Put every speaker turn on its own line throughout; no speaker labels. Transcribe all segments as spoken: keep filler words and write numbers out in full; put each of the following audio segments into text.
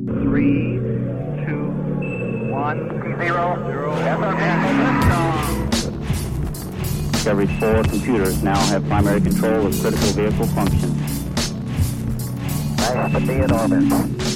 Three, two, one, zero, zero.
Every four computers now have primary control of critical vehicle functions.
I have to be in orbit.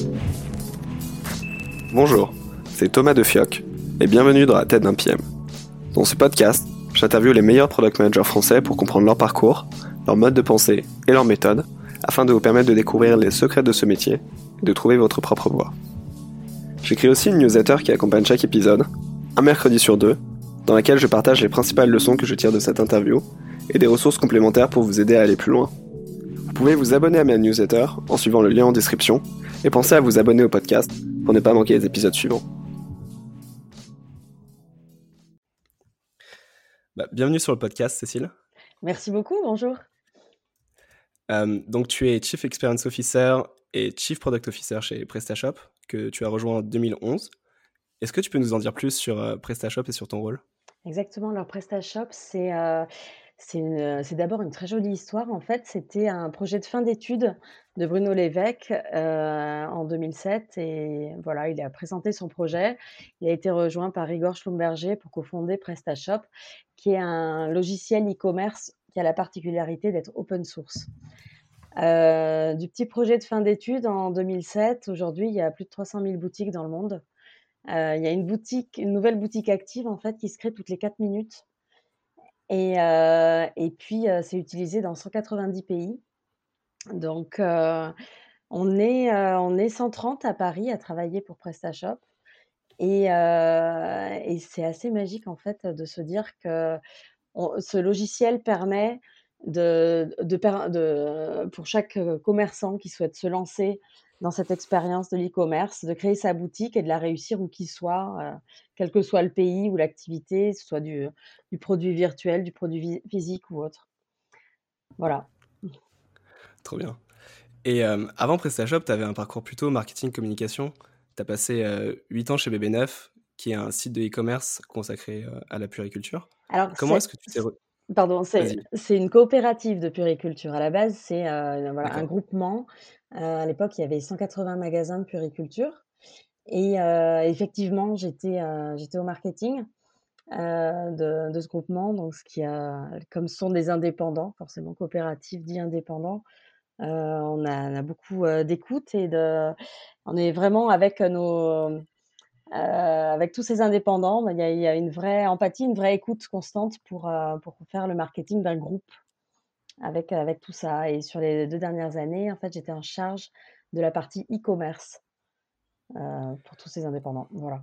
Bonjour, c'est Thomas de Fioc, et bienvenue dans la tête d'un P M. Dans ce podcast, j'interviewe les meilleurs product managers français pour comprendre leur parcours, leur mode de pensée et leur méthode, afin de vous permettre de découvrir les secrets de ce métier et de trouver votre propre voie. J'écris aussi une newsletter qui accompagne chaque épisode, un mercredi sur deux, dans laquelle je partage les principales leçons que je tire de cette interview et des ressources complémentaires pour vous aider à aller plus loin. Vous pouvez vous abonner à ma newsletter en suivant le lien en description et pensez à vous abonner au podcast pour ne pas manquer les épisodes suivants. Bah, bienvenue sur le podcast, Cécile.
Merci beaucoup, bonjour.
Euh, donc tu es Chief Experience Officer et Chief Product Officer chez PrestaShop, que tu as rejoint en deux mille onze. Est-ce que tu peux nous en dire plus sur euh, PrestaShop et sur ton rôle ?
Exactement, alors PrestaShop, c'est euh, c'est une- c'est d'abord une très jolie histoire. En fait, c'était un projet de fin d'études de Bruno Lévesque euh, en deux mille sept. Et voilà, il a présenté son projet. Il a été rejoint par Igor Schlumberger pour cofonder PrestaShop, qui est un logiciel e-commerce qui a la particularité d'être open source. Euh, du petit projet de fin d'études en deux mille sept, aujourd'hui, il y a plus de trois cent mille boutiques dans le monde. Euh, il y a une boutique, une nouvelle boutique active en fait qui se crée toutes les quatre minutes. Et, euh, et puis, euh, c'est utilisé dans cent quatre-vingt-dix pays. Donc, euh, on est, euh, on est cent trente à Paris à travailler pour PrestaShop. Et, euh, et c'est assez magique en fait de se dire que on- ce logiciel permet de, de, per- de- pour chaque euh, commerçant qui souhaite se lancer dans cette expérience de l'e-commerce, de créer sa boutique et de la réussir où qu'il soit, euh, quel que soit le pays ou l'activité, que ce soit du, du produit virtuel, du produit vi- physique ou autre. Voilà.
Trop bien. Et euh, avant PrestaShop, tu avais un parcours plutôt marketing-communication. Tu as passé euh, huit ans chez B B neuf, qui est un site de e-commerce consacré euh, à la puriculture.
Alors,
Comment
c'est,
est-ce que tu t'es... Re...
pardon, c'est,
Vas-y.
c'est une coopérative de puriculture. À la base, c'est euh, voilà, un
D'accord.
groupement. Euh, à l'époque, il y avait cent quatre-vingts magasins de puriculture. Et euh, effectivement, j'étais euh, j'étais au marketing euh, de, de ce groupement. Donc, ce qui a, comme ce sont des indépendants, forcément coopératifs dit indépendants, euh, on a, on a beaucoup euh, d'écoute et de, on est vraiment avec nos, euh, avec tous ces indépendants. Il y a, il y a une vraie empathie, une vraie écoute constante pour euh, pour faire le marketing d'un groupe avec avec tout ça. Et sur les deux dernières années, en fait, j'étais en charge de la partie e-commerce euh, pour tous ces indépendants. Voilà.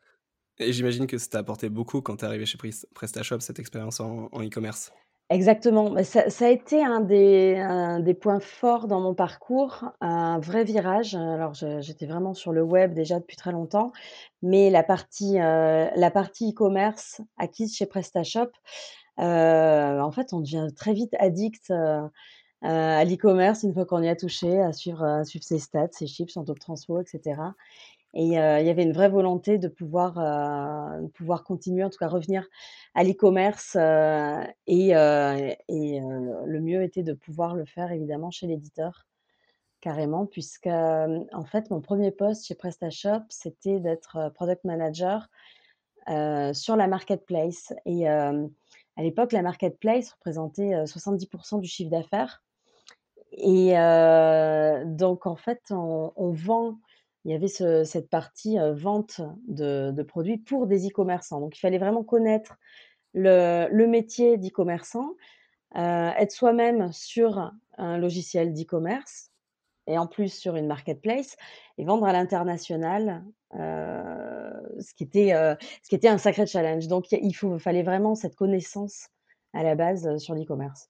Et j'imagine que ça t'a apporté beaucoup quand t'es arrivé chez Pres- PrestaShop, cette expérience en, en e-commerce.
Exactement. Bah, ça ça a été un des un des points forts dans mon parcours, un vrai virage. Alors je j'étais vraiment sur le web déjà depuis très longtemps, mais la partie, heu, la partie e-commerce acquise chez PrestaShop, heu, en fait, on devient très vite addict, heu heu, à l'e-commerce une fois qu'on y a touché, à suivre, à suivre ses stats, ses chiffres, son taux de transfo et cetera. Et heu, il y avait une vraie volonté de pouvoir, heu, de pouvoir continuer, en tout cas revenir à l'e-commerce, heu et heu et heu, le mieux était de pouvoir le faire évidemment chez l'éditeur, carrément puisque, hem, en fait, mon premier poste chez PrestaShop, c'était d'être, heu, product manager, heu, sur la marketplace. Et hem, à l'époque, la marketplace représentait, heu, soixante-dix du chiffre d'affaires. Et heu, donc en fait, on on vend il y avait ce cette partie, heu, vente de de produits pour des e-commerçants. Donc il fallait vraiment connaître le le métier d'e-commerçant, heu, être soi-même sur un logiciel d'e-commerce et en plus sur une marketplace et vendre à l'international, heu, ce qui était, heu, ce qui était un sacré challenge. Donc il faut fallait vraiment cette connaissance à la base, heu, sur l'e-commerce.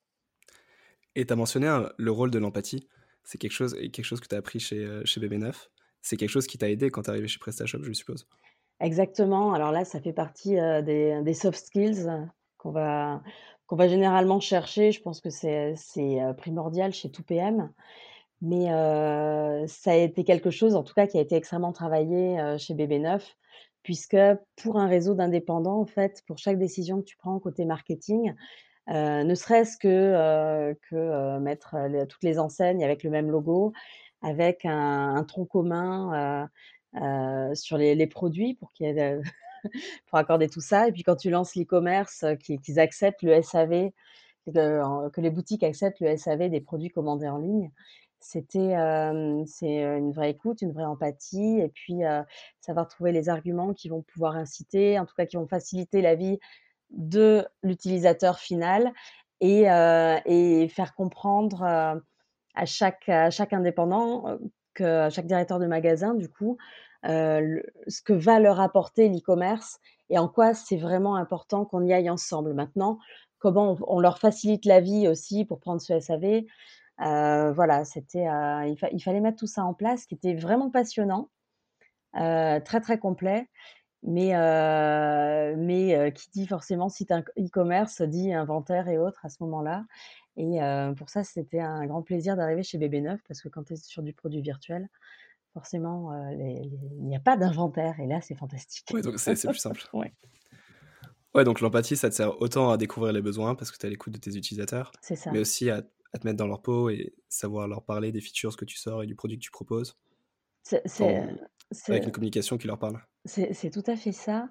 Et t'as mentionné hein, le rôle de l'empathie. C'est quelque chose, et quelque chose que t'as appris chez, euh, chez B B neuf. C'est quelque chose qui t'a aidé quand t'es arrivé chez PrestaShop, je suppose.
Exactement. Alors là, ça fait partie, heu, des des soft skills euh, qu'on va qu'on va généralement chercher. Je pense que c'est c'est, heu, primordial chez tout P M. Mais, heu, ça a été quelque chose, en tout cas, qui a été extrêmement travaillé, heu, chez B B neuf, puisque pour un réseau d'indépendants, en fait, pour chaque décision que tu prends côté marketing, heu, ne serait-ce que, heu, que, heu, mettre les toutes les enseignes avec le même logo, avec un un tronc commun, heu heu, sur les les produits pour qu'il y ait de pour accorder tout ça et puis quand tu lances l'e-commerce, heu, qu'ils qu'ils acceptent le S A V, que en que les boutiques acceptent le S A V des produits commandés en ligne. C'était, hem, c'est, heu, une vraie écoute, une vraie empathie et puis, heu, savoir trouver les arguments qui vont pouvoir inciter, en tout cas qui vont faciliter la vie de l'utilisateur final et heu et faire comprendre, heu, à chaque à chaque indépendant, heu, que à chaque directeur de magasin du coup, heu, le ce que va leur apporter l'e-commerce et en quoi c'est vraiment important qu'on y aille ensemble. Maintenant, comment on on leur facilite la vie aussi pour prendre ce S A V, heu, voilà, c'était, heu, il fa il fallait mettre tout ça en place, qui était vraiment passionnant, heu, très, très complet, mais heu mais heu, qui dit forcément site inc e-commerce dit inventaire et autres à ce moment-là et heu, pour ça, c'était un grand plaisir d'arriver chez Bébé Neuf parce que quand tu es sur du produit virtuel, forcément, heu, les les il n'y a pas d'inventaire et là, c'est fantastique.
Ouais, donc c'est c'est plus simple.
Ouais,
Ouais, donc l'empathie, ça te sert autant à découvrir les besoins parce que tu es à l'écoute de tes utilisateurs,
c'est ça.
mais aussi à, à te mettre dans leur peau et savoir leur parler des features que tu sors et du produit que tu proposes,
C'est c'est
dans, avec
c'est
une communication qui leur parle.
c'est c'est tout à fait ça.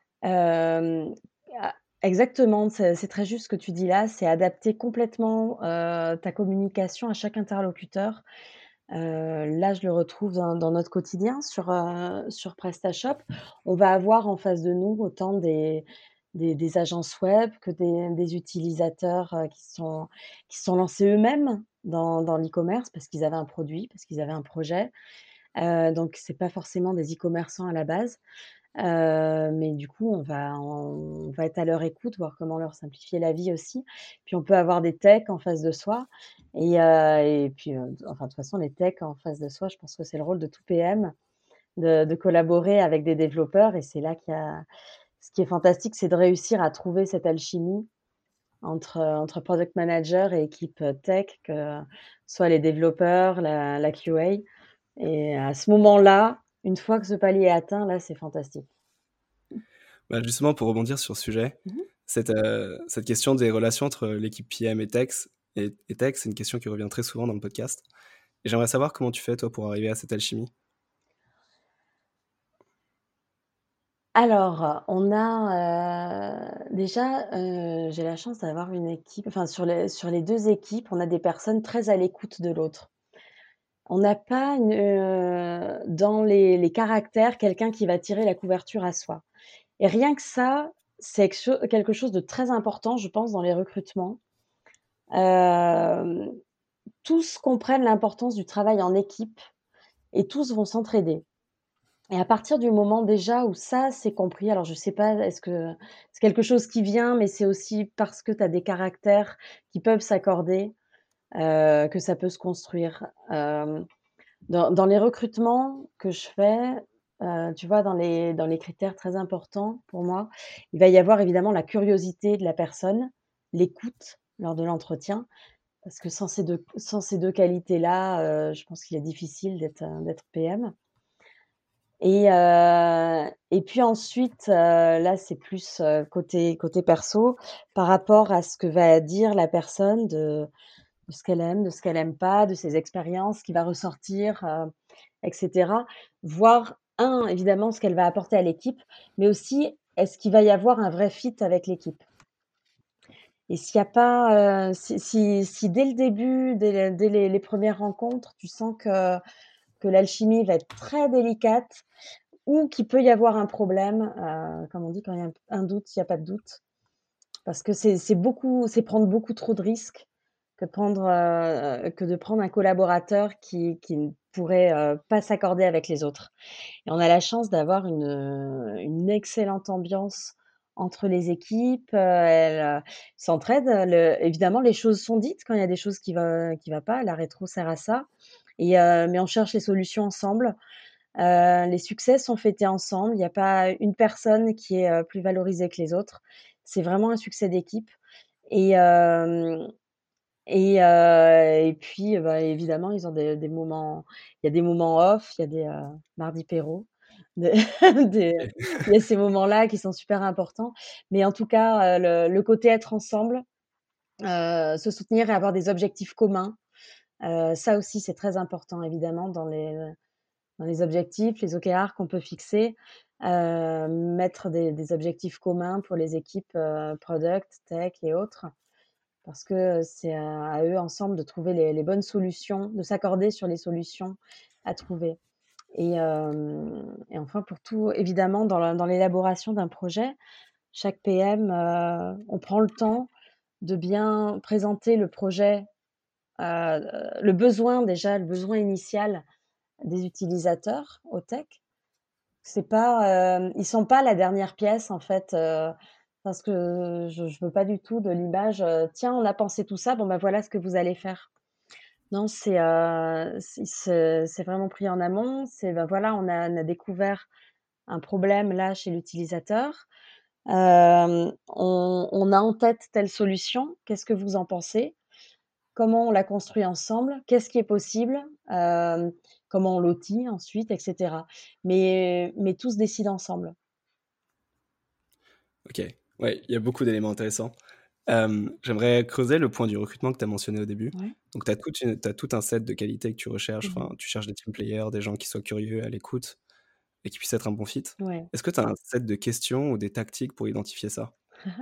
Hem, a exactement, c'est c'est très juste ce que tu dis là, c'est adapter complètement, heu, ta communication à chaque interlocuteur. Heu, là, je le retrouve dans dans notre quotidien sur, heu, sur PrestaShop. On va avoir en face de nous autant des des des agences web que des des utilisateurs, heu, qui sont qui se sont lancés eux-mêmes dans dans l'e-commerce parce qu'ils avaient un produit, parce qu'ils avaient un projet. Heu, donc c'est pas forcément des e-commerçants à la base. Heu, mais du coup, on va on va être à leur écoute, voir comment leur simplifier la vie aussi. Puis on peut avoir des techs en face de soi et heu et puis, heu, enfin, de toute façon, les techs en face de soi, je pense que c'est le rôle de tout P M de de collaborer avec des développeurs et c'est là qu'il y a ce qui est fantastique, c'est de réussir à trouver cette alchimie entre, heu, entre product manager et équipe, heu, tech, que soit les développeurs, la la Q A et à ce moment-là, une fois que ce palier est atteint, là, c'est fantastique.
Bah, justement, pour rebondir sur ce sujet,
Mmh mh.
cette, euh, cette question des relations entre l'équipe P M et Tex, et, et Tech, c'est une question qui revient très souvent dans le podcast. Et j'aimerais savoir comment tu fais, toi, pour arriver à cette alchimie.
Alors, on a, heu, déjà, heu, j'ai la chance d'avoir une équipe enfin sur les sur les deux équipes, on a des personnes très à l'écoute de l'autre. On n'a pas une, heu, dans les les caractères, quelqu'un qui va tirer la couverture à soi et rien que ça, c'est quelque cho quelque chose de très important, je pense, dans les recrutements. Hem, Tous comprennent l'importance du travail en équipe et tous vont s'entraider. Et à partir du moment déjà où ça, c'est compris, alors je sais pas, est-ce que c'est quelque chose qui vient, mais c'est aussi parce que tu as des caractères qui peuvent s'accorder, heu, que ça peut se construire. Hem, dans dans les recrutements que je fais, heu, tu vois, dans les dans les critères très importants pour moi, il va y avoir évidemment la curiosité de la personne, l'écoute lors de l'entretien, parce que sans ces deux sans ces deux qualités-là, heu, je pense qu'il est difficile d'être, heu, d'être P M. Et heu et puis ensuite, heu, là, c'est plus, heu, côté côté perso, par rapport à ce que va dire la personne de de ce qu'elle aime, de ce qu'elle aime pas, de ses expériences, qui va ressortir, heu et cetera. Voir un évidemment, ce qu'elle va apporter à l'équipe, mais aussi, est-ce qu'il va y avoir un vrai fit avec l'équipe? Et s'il y a pas, heu, si si si dès le début, dès le dès les les premières rencontres, tu sens que que l'alchimie va être très délicate ou qu'il peut y avoir un problème, heu, comme on dit: «Quand il y a un un doute, il y a pas de doute». Parce que c'est c'est beaucoup c'est prendre beaucoup trop de risques que de prendre, heu, que de prendre un collaborateur qui qui ne pourrait, heu, pas s'accorder avec les autres. Et on a la chance d'avoir une, heu, une excellente ambiance entre les équipes, heu, elles, heu, s'entraident. Le Évidemment, les choses sont dites quand il y a des choses qui va qui va pas, la rétro sert à ça et heu, mais on cherche les solutions ensemble. Heu, les succès sont fêtés ensemble. Il y a pas une personne qui est, heu, plus valorisée que les autres. C'est vraiment un succès d'équipe et hem et heu et puis, bah, évidemment, ils ont des des moments il y a des moments off, il y a des, heu, mardi péro, des des il y a ces moments-là qui sont super importants. Mais en tout cas, heu, le le côté être ensemble, heu, se soutenir et avoir des objectifs communs, Heu, ça aussi, c'est très important évidemment dans les dans les objectifs, les O K R qu'on peut fixer, heu, mettre des des objectifs communs pour les équipes, heu, product, tech et autres. Parce que c'est à à eux ensemble de trouver les les bonnes solutions, de s'accorder sur les solutions à trouver. Et hem et enfin pour tout évidemment dans la dans l'élaboration d'un projet, chaque P M, heu, on prend le temps de bien présenter le projet, heu, le besoin déjà, le besoin initial des utilisateurs au tech. C'est pas, hem, ils sont pas la dernière pièce en fait, heu, parce que je je veux pas du tout de l'image, heu: «Tiens, on a pensé tout ça, bon bah voilà ce que vous allez faire». Non, c'est, heu, c'est c'est c'est vraiment pris en amont. C'est, bah, voilà, on a on a découvert un problème là chez l'utilisateur. Hem, on on a en tête telle solution. Qu'est-ce que vous en pensez? Comment on la construit ensemble? Qu'est-ce qui est possible? Hem, comment on l'outille ensuite et cetera. Mais mais tout se décide ensemble.
Ok, ouais, il y a beaucoup d'éléments intéressants. Euh, j'aimerais creuser le point du recrutement que tu as mentionné au début.
Ouais.
Donc, tu as tout un set de qualités que tu recherches.
Mmh.
Enfin, tu cherches des team players, des gens qui soient curieux, à l'écoute et qui puissent être un bon fit.
Ouais.
Est-ce que tu as un set de questions ou des tactiques pour identifier ça?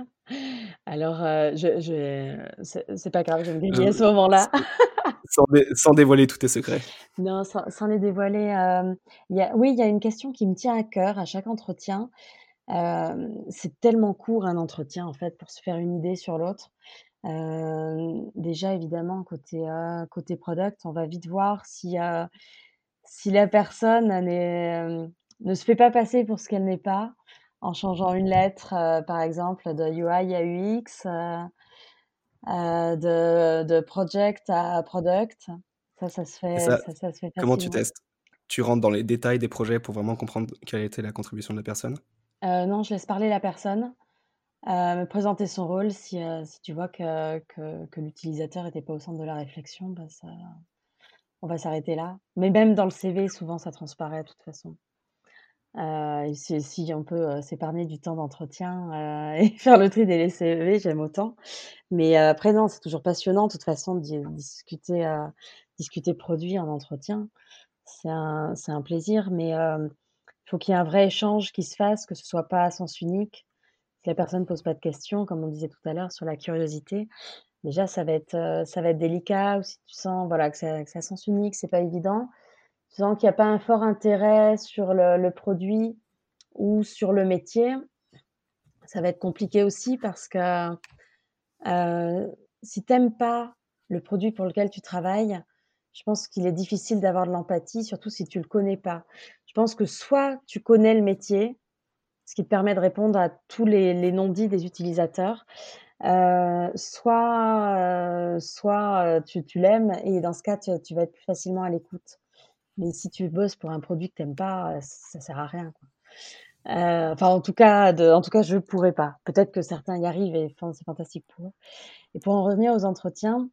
Alors, heu, je je vais c'est c'est pas grave, je vais me
Je-
griller à ce moment-là.
sans, dé- sans dévoiler tous tes secrets.
Non, sans sans les dévoiler, hem, il y a oui, il y a une question qui me tient à cœur à chaque entretien. Hem, c'est tellement court un entretien, en fait, pour se faire une idée sur l'autre. Hem, déjà évidemment côté, heu, côté product, on va vite voir si, heu, si la personne n'est, hem, ne se fait pas passer pour ce qu'elle n'est pas, en changeant une lettre, heu, par exemple de U I à U X, heu heu, de de project à product. Ça, ça se
Et
fait
ça,
ça ça se fait
comment tu
facilement.
testes? Tu rentres dans les détails des projets pour vraiment comprendre quelle était la contribution de la personne?
Heu, non, je laisse parler la personne, heu, me présenter son rôle. Si, heu, si tu vois que que que l'utilisateur était pas au centre de la réflexion, bah, ça on va s'arrêter là. Mais même dans le C V, souvent ça transparaît de toute façon. Heu, et si si on peut, heu, s'épargner du temps d'entretien, heu, et faire le tri des C V, j'aime autant. Mais, heu, après non, c'est toujours passionnant de toute façon d'y discuter, heu, discuter produit en entretien. C'est un c'est un plaisir, mais, hem, il faut qu'il y ait un vrai échange qui se fasse, que ce soit pas à sens unique. Si la personne pose pas de questions, comme on disait tout à l'heure sur la curiosité, déjà ça va être, heu, ça va être délicat. Ou si tu sens, voilà, que c'est que c'est à sens unique, c'est pas évident. Tu sens qu'il y a pas un fort intérêt sur le le produit ou sur le métier, ça va être compliqué aussi parce que, heu, si tu aimes pas le produit pour lequel tu travailles, je pense qu'il est difficile d'avoir de l'empathie, surtout si tu le connais pas. Je pense que soit tu connais le métier, ce qui te permet de répondre à tous les les non-dits des utilisateurs, heu, soit, heu, soit, heu, tu tu l'aimes et dans ce cas, tu tu vas être plus facilement à l'écoute. Mais si tu bosses pour un produit que tu aimes pas, heu, ça sert à rien, quoi. Heu, enfin, en tout cas de en tout cas, je pourrais pas. Peut-être que certains y arrivent et enfin, c'est fantastique pour eux. Et pour en revenir aux entretiens,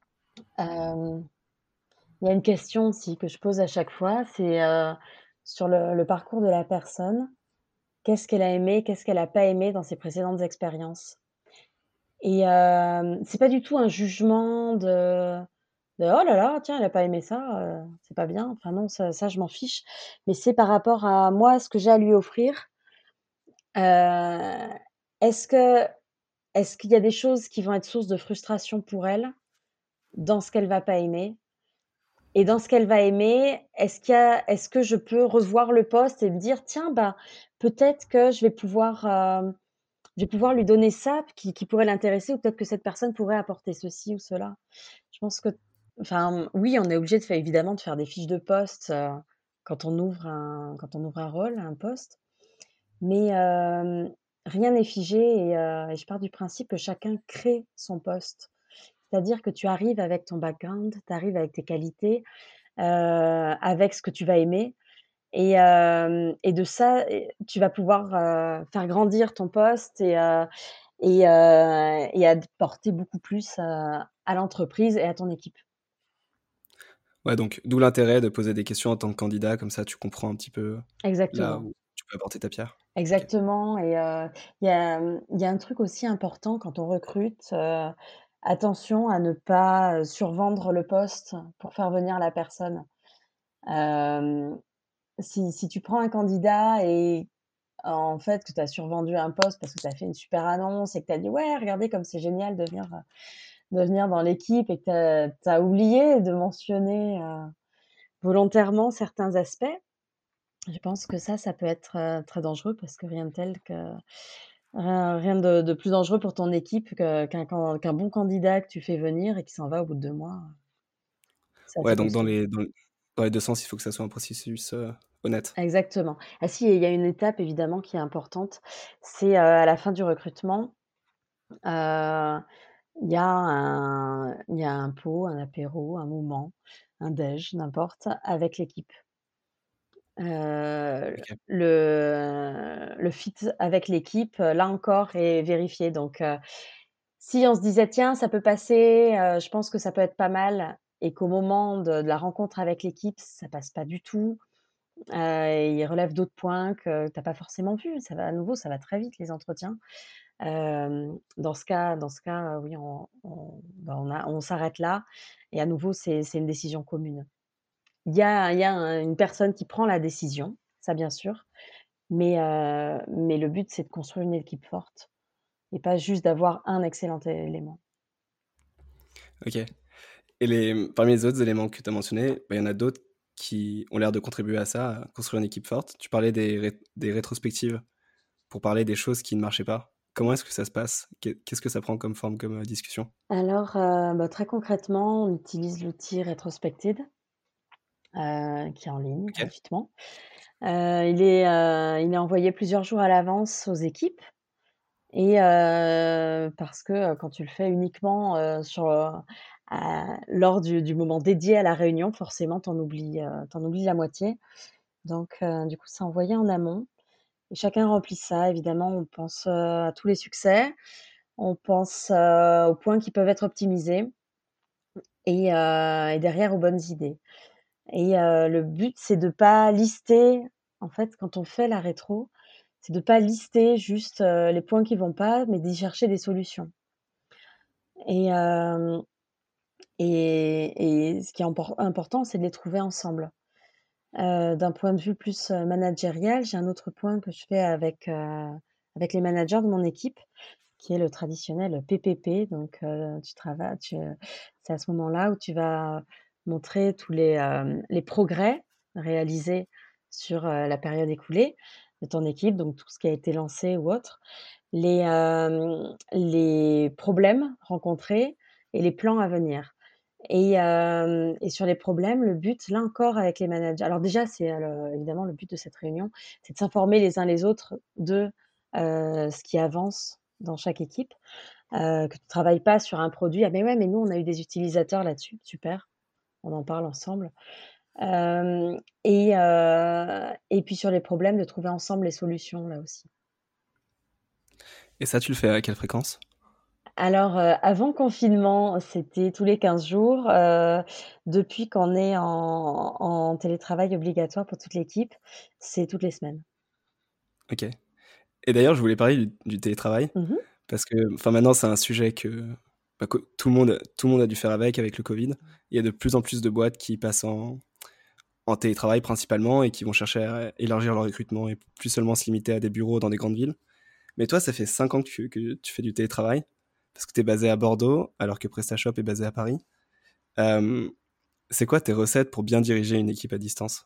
hem, il y a une question aussi que je pose à chaque fois, c'est, heu, sur le le parcours de la personne. Qu'est-ce qu'elle a aimé? Qu'est-ce qu'elle a pas aimé dans ses précédentes expériences? Et hem, c'est pas du tout un jugement de de: «Oh là là, tiens, elle a pas aimé ça, heu, c'est pas bien». Enfin non, ça ça je m'en fiche. Mais c'est par rapport à moi, ce que j'ai à lui offrir. Heu, est-ce que est-ce qu'il y a des choses qui vont être source de frustration pour elle, dans ce qu'elle va pas aimer? Et dans ce qu'elle va aimer, est-ce qu'il y a est-ce que je peux revoir le poste et me dire: «Tiens, bah, peut-être que je vais pouvoir, hem, je vais pouvoir lui donner ça qui qui pourrait l'intéresser ou peut-être que cette personne pourrait apporter ceci ou cela». Je pense que enfin, oui, on est obligé de faire évidemment de faire des fiches de poste, heu, quand on ouvre un quand on ouvre un rôle, un poste. Mais, hem, rien n'est figé et heu et je pars du principe que chacun crée son poste. C'est-à-dire que tu arrives avec ton background, tu arrives avec tes qualités, heu, avec ce que tu vas aimer et hem et de ça et tu vas pouvoir, heu, faire grandir ton poste et heu et heu et apporter beaucoup plus, heu, à l'entreprise et à ton équipe.
Ouais, donc d'où l'intérêt de poser des questions en tant que candidat, comme ça tu comprends un petit peu là
Exactement.
où tu peux apporter ta pierre. Ok.
Exactement et heu, il y a, mmh, il y a un truc aussi important quand on recrute, heu attention à ne pas, heu, survendre le poste pour faire venir la personne. Hem, si si tu prends un candidat et en fait, que tu as survendu un poste parce que tu as fait une super annonce et que tu as dit: «Ouais, regardez comme c'est génial de venir, heu, de venir dans l'équipe» et que tu as oublié de mentionner, heu, volontairement certains aspects, je pense que ça, ça peut être, heu, très dangereux parce que rien de tel que rien rien de de plus dangereux pour ton équipe que qu'un can qu'un bon candidat que tu fais venir et qui s'en va au bout de deux mois. C'est
Ouais,
assez
donc dans
costaud.
les dans l dans les deux sens, il faut que ça soit un processus, heu, honnête.
Exactement. Ah si, il y a une étape évidemment qui est importante, c'est, heu, à la fin du recrutement, heu, il y a un il y a un pot, un apéro, un moment, un déj, n'importe, avec l'équipe. Heu,
OK.
le le fit avec l'équipe, heu, là encore, est vérifié donc heu, si on se disait: «Tiens, ça peut passer, heu, je pense que ça peut être pas mal» et qu'au moment de de la rencontre avec l'équipe, ça passe pas du tout, heu, et ils relèvent d'autres points que tu as pas forcément vus. Ça va à nouveau, ça va très vite les entretiens. Hem, dans ce cas dans ce cas, heu, oui, on on bah, on a on s'arrête là et à nouveau, c'est c'est une décision commune. Il y a il y a un une personne qui prend la décision, ça bien sûr, mais heu, mais le but, c'est de construire une équipe forte et pas juste d'avoir un excellent élément.
OK. Et les mmh, parmi les autres éléments que tu as mentionnés, bah, il y en a d'autres qui ont l'air de contribuer à ça, à construire une équipe forte. Tu parlais des rét des rétrospectives pour parler des choses qui ne marchaient pas. Comment est-ce que ça se passe? Qu'est qu'est-ce que ça prend comme forme, comme, heu, discussion?
Alors, heu, bah, très concrètement, on utilise l'outil Retrospected, heu, qui est en ligne
OK.
gratuitement. Heu, il est, heu, il est envoyé plusieurs jours à l'avance aux équipes et heu, parce que, heu, quand tu le fais uniquement, heu, sur, heu, à lors du du moment dédié à la réunion, forcément, tu en oublies, heu, tu en oublies la moitié. Donc heu, du coup, c'est envoyé en amont et chacun remplit ça. Évidemment, on pense, heu, à tous les succès, on pense, heu, aux points qui peuvent être optimisés et heu et derrière aux bonnes idées et heu, le but, c'est de pas lister en fait, quand on fait la rétro, c'est de pas lister juste, heu, les points qui vont pas, mais d'y chercher des solutions et hem et et ce qui est impor important, c'est de les trouver ensemble. Heu, d'un point de vue plus, heu, managérial, j'ai un autre point que je fais avec, heu, avec les managers de mon équipe, qui est le traditionnel P P P. Donc, heu, tu trava tu, heu, c'est à ce moment-là où tu vas montrer tous les, hem, les progrès réalisés sur, heu, la période écoulée de ton équipe, donc tout ce qui a été lancé ou autre, les, hem, les problèmes rencontrés et les plans à venir. Et hem et sur les problèmes, le but, là encore avec les managers alors déjà, c'est, heu, le évidemment, le but de cette réunion, c'est de s'informer les uns les autres de, heu, ce qui avance dans chaque équipe, heu, que tu travailles pas sur un produit: «Ah mais ouais, mais nous, on a eu des utilisateurs là-dessus». Super, on en parle ensemble. Hem et heu et puis sur les problèmes, de trouver ensemble les solutions, là aussi.
Et ça, tu le fais à quelle fréquence?
Alors, heu, avant confinement, c'était tous les quinze jours, heu, depuis qu'on est en en télétravail obligatoire pour toute l'équipe, c'est toutes les semaines.
OK. Et d'ailleurs, je voulais parler du du télétravail
Mmh mh.
parce que, enfin, maintenant, c'est un sujet que, bah, que tout le monde tout le monde a dû faire avec, avec le Covid. Il y a de plus en plus de boîtes qui passent en en télétravail principalement et qui vont chercher à élargir leur recrutement et plus seulement se limiter à des bureaux dans des grandes villes. Mais toi, ça fait cinq ans que tu que tu fais du télétravail parce que tu es basé à Bordeaux alors que PrestaShop est basé à Paris. Hem, c'est quoi tes recettes pour bien diriger une équipe à distance?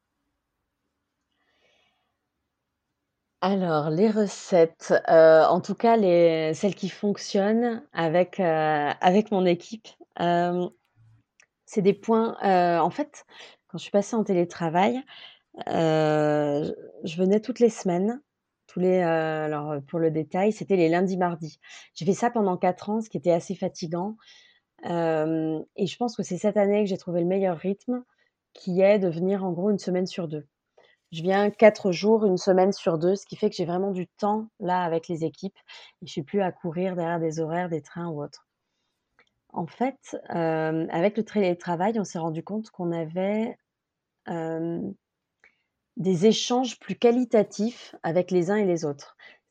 Alors les recettes, heu, en tout cas les celles qui fonctionnent avec, heu, avec mon équipe, hem, c'est des points, heu, en fait, quand je suis passée en télétravail, heu, je je venais toutes les semaines, tous les, heu, alors, heu, pour le détail, c'était les lundis, mardis. J'ai fait ça pendant quatre ans, ce qui était assez fatigant. Hem et je pense que c'est cette année que j'ai trouvé le meilleur rythme, qui est de venir en gros une semaine sur deux. Je viens quatre jours, une semaine sur deux, ce qui fait que j'ai vraiment du temps là avec les équipes et je suis plus à courir derrière des horaires, des trains ou autres. En fait, hem, avec le télétravail, on s'est rendu compte qu'on avait, hem, des échanges plus qualitatifs avec les uns et les autres.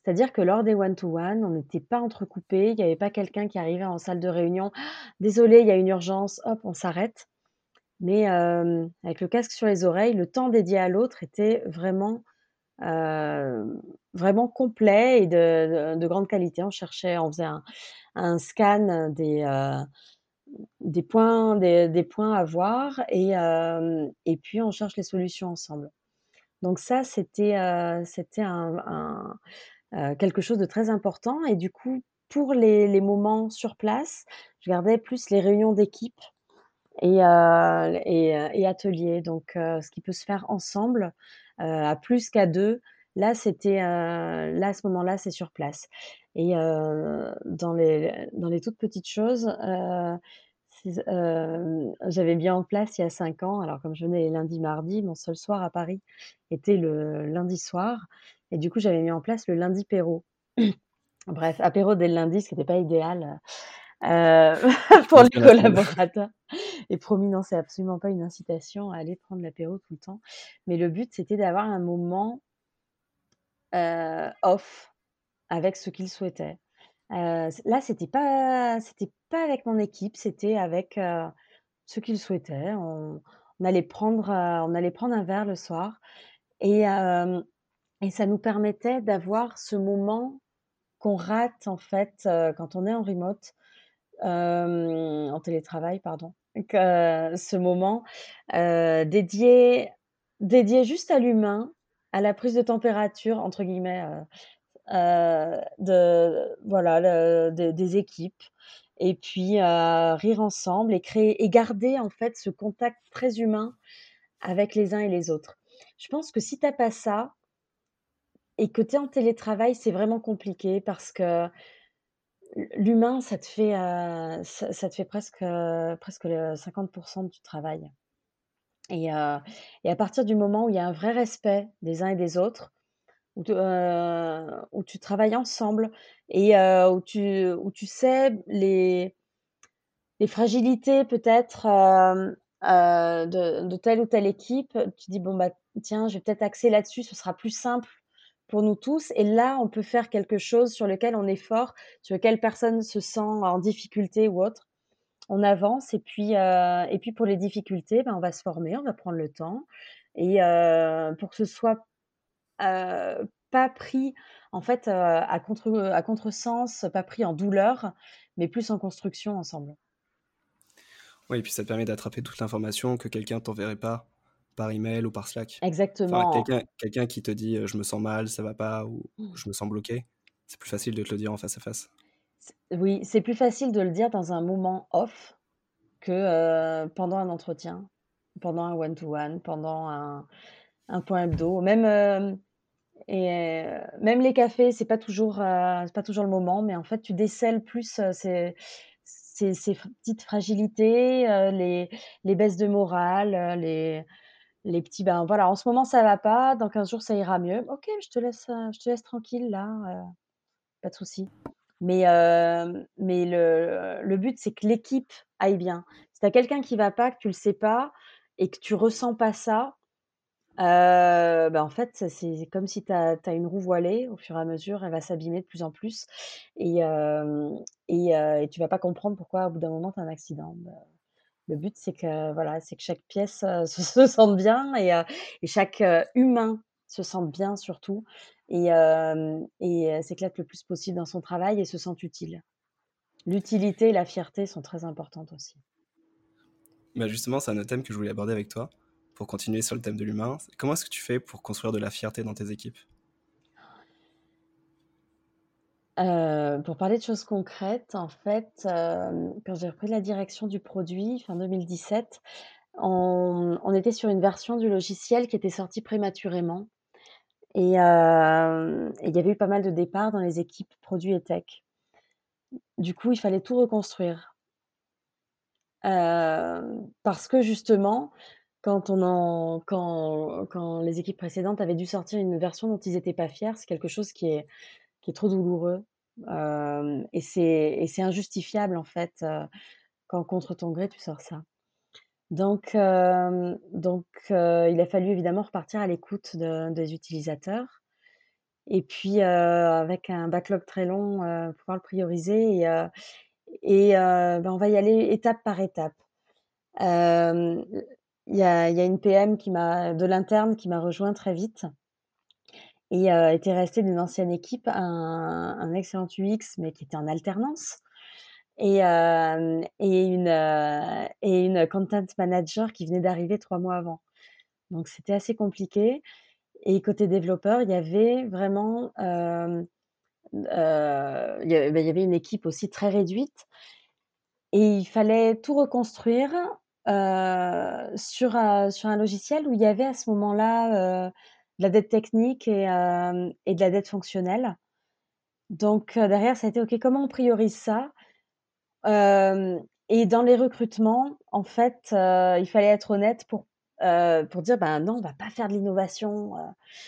C'est-à-dire que lors des one to one, on n'était pas entrecoupés, il y avait pas quelqu'un qui arrivait en salle de réunion: «Désolé, il y a une urgence», hop, on s'arrête. Mais, hem, avec le casque sur les oreilles, le temps dédié à l'autre était vraiment, heu, vraiment complet et de de de grande qualité. On cherchait on faisait un un scan des, heu, des points des des points à voir et hem et puis on cherche les solutions ensemble. Donc ça, c'était, heu, c'était un un, heu, quelque chose de très important et du coup, pour les les moments sur place, je gardais plus les réunions d'équipe et heu et heu et ateliers. Donc heu, ce qui peut se faire ensemble, heu, à plus qu'à deux, là, c'était, heu, là, à ce moment-là, c'est sur place et heu, dans les dans les toutes petites choses, heu, c'est hem, j'avais mis en place il y a cinq ans, alors comme je venais les lundis, mardis, mon seul soir à Paris était le lundi soir et du coup, j'avais mis en place le lundi péro. Bref, apéro dès le lundi, ce qui était pas idéal, heu,
Je
pour
pense
les
bien la semaine.
collaborateurs et promis, non, c'est absolument pas une incitation à aller prendre l'apéro tout le temps. Mais le but, c'était d'avoir un moment, heu, off avec ceux qui le souhaitaient. Heu, c là, c'était pas c'était pas avec mon équipe, c'était avec, heu, ceux qui le souhaitaient. On on allait prendre, heu, on allait prendre un verre le soir et hem et ça nous permettait d'avoir ce moment qu'on rate en fait, heu, quand on est en remote, hem, en télétravail pardon, que ce moment, heu, dédié dédié juste à l'humain, à la «prise de température» entre guillemets, heu heu, de voilà, le des des équipes et puis, heu, rire ensemble et créer et garder en fait ce contact très humain avec les uns et les autres. Je pense que si tu as pas ça et que tu es en télétravail, c'est vraiment compliqué parce que L'h l'humain, ça te fait, heu, ça ça te fait presque, heu, presque le cinquante du travail et heu et à partir du moment où il y a un vrai respect des uns et des autres, où te heu, où tu travailles ensemble et heu, où tu où tu sais les les fragilités peut-être, hem, heu, de de telle ou telle équipe, tu dis: «Bon, bah, tiens, je vais peut-être axer là-dessus, ce sera plus simple pour nous tous» et là, on peut faire quelque chose sur lequel on est fort, sur lequel personne se sent en difficulté ou autre. On avance et puis, heu et puis pour les difficultés, ben, on va se former, on va prendre le temps et heu, pour que ce soit, heu, pas pris en fait, heu, à contre, à contresens, pas pris en douleur, mais plus en construction ensemble.
Oui, et puis ça te permet d'attraper toute l'information que quelqu'un t'enverrait pas par email ou par Slack. Enfin,
Exactement.
quelqu'un quelqu'un qui te dit, heu: «Je me sens mal, ça va pas» ou
Mmh.
«Je me sens bloqué», c'est plus facile de te le dire en face à face.
C Oui, c'est plus facile de le dire dans un moment off que, heu, pendant un entretien, pendant un one to one, pendant un un point hebdo, même, hem et heu, même les cafés, c'est pas toujours, heu, c'est pas toujours le moment, mais en fait, tu décèles plus, heu, ces ces ces f petites fragilités, heu, les les baisses de morale, heu, les les petits, ben, voilà, en ce moment ça va pas, dans quinze jours ça ira mieux. OK, je te laisse, heu, je te laisse tranquille là, heu, pas de souci. Mais hem, mais le le but, c'est que l'équipe aille bien. Si tu as quelqu'un qui va pas, que tu le sais pas et que tu ressens pas ça, heu, bah, en fait, ça c'est comme si tu as tu as une roue voilée, au fur et à mesure, elle va s'abîmer de plus en plus et hem et heu et tu vas pas comprendre pourquoi, au bout d'un moment, tu as un accident. Bah, le but, c'est que, voilà, c'est que chaque pièce, heu, se se sente bien et heu et chaque, heu, humain se sente bien surtout et hem et heu, s'éclate le plus possible dans son travail et se sente utile. L'utilité et la fierté sont très importantes aussi.
Bah, justement, c'est un autre thème que je voulais aborder avec toi, pour continuer sur le thème de l'humain. Comment est-ce que tu fais pour construire de la fierté dans tes équipes?
Heu, pour parler de choses concrètes, en fait, hem, quand j'ai repris la direction du produit fin deux mille dix-sept, on on était sur une version du logiciel qui était sortie prématurément et hem et il y avait eu pas mal de départs dans les équipes produits et tech. Du coup, il fallait tout reconstruire. Hem, parce que justement, quand on en quand quand les équipes précédentes avaient dû sortir une version dont ils étaient pas fiers, c'est quelque chose qui est qui est trop douloureux, hem et c'est et c'est injustifiable en fait, heu, quand contre ton gré tu sors ça. Donc hem, donc heu, il a fallu évidemment repartir à l'écoute de des utilisateurs et puis, heu, avec un backlog très long, heu, pouvoir le prioriser et heu et heu, bah, on va y aller étape par étape. Hem, il y a il y a une P M qui m'a de l'interne qui m'a rejoint très vite et heu, était restée d'une ancienne équipe un un excellent U X, mais qui était en alternance et hem et une, heu et une content manager qui venait d'arriver trois mois avant. Donc c'était assez compliqué et côté développeur, il y avait vraiment, hem, heu, il y a bah, il y avait une équipe aussi très réduite et il fallait tout reconstruire, heu, sur, heu, sur un logiciel où il y avait à ce moment-là, heu, de la dette technique et hem et de la dette fonctionnelle. Donc heu, derrière, ça a été: «OK, comment on priorise ça?» Hem et dans les recrutements, en fait, heu, il fallait être honnête pour, heu, pour dire: «Ben, non, on va pas faire de l'innovation, heu,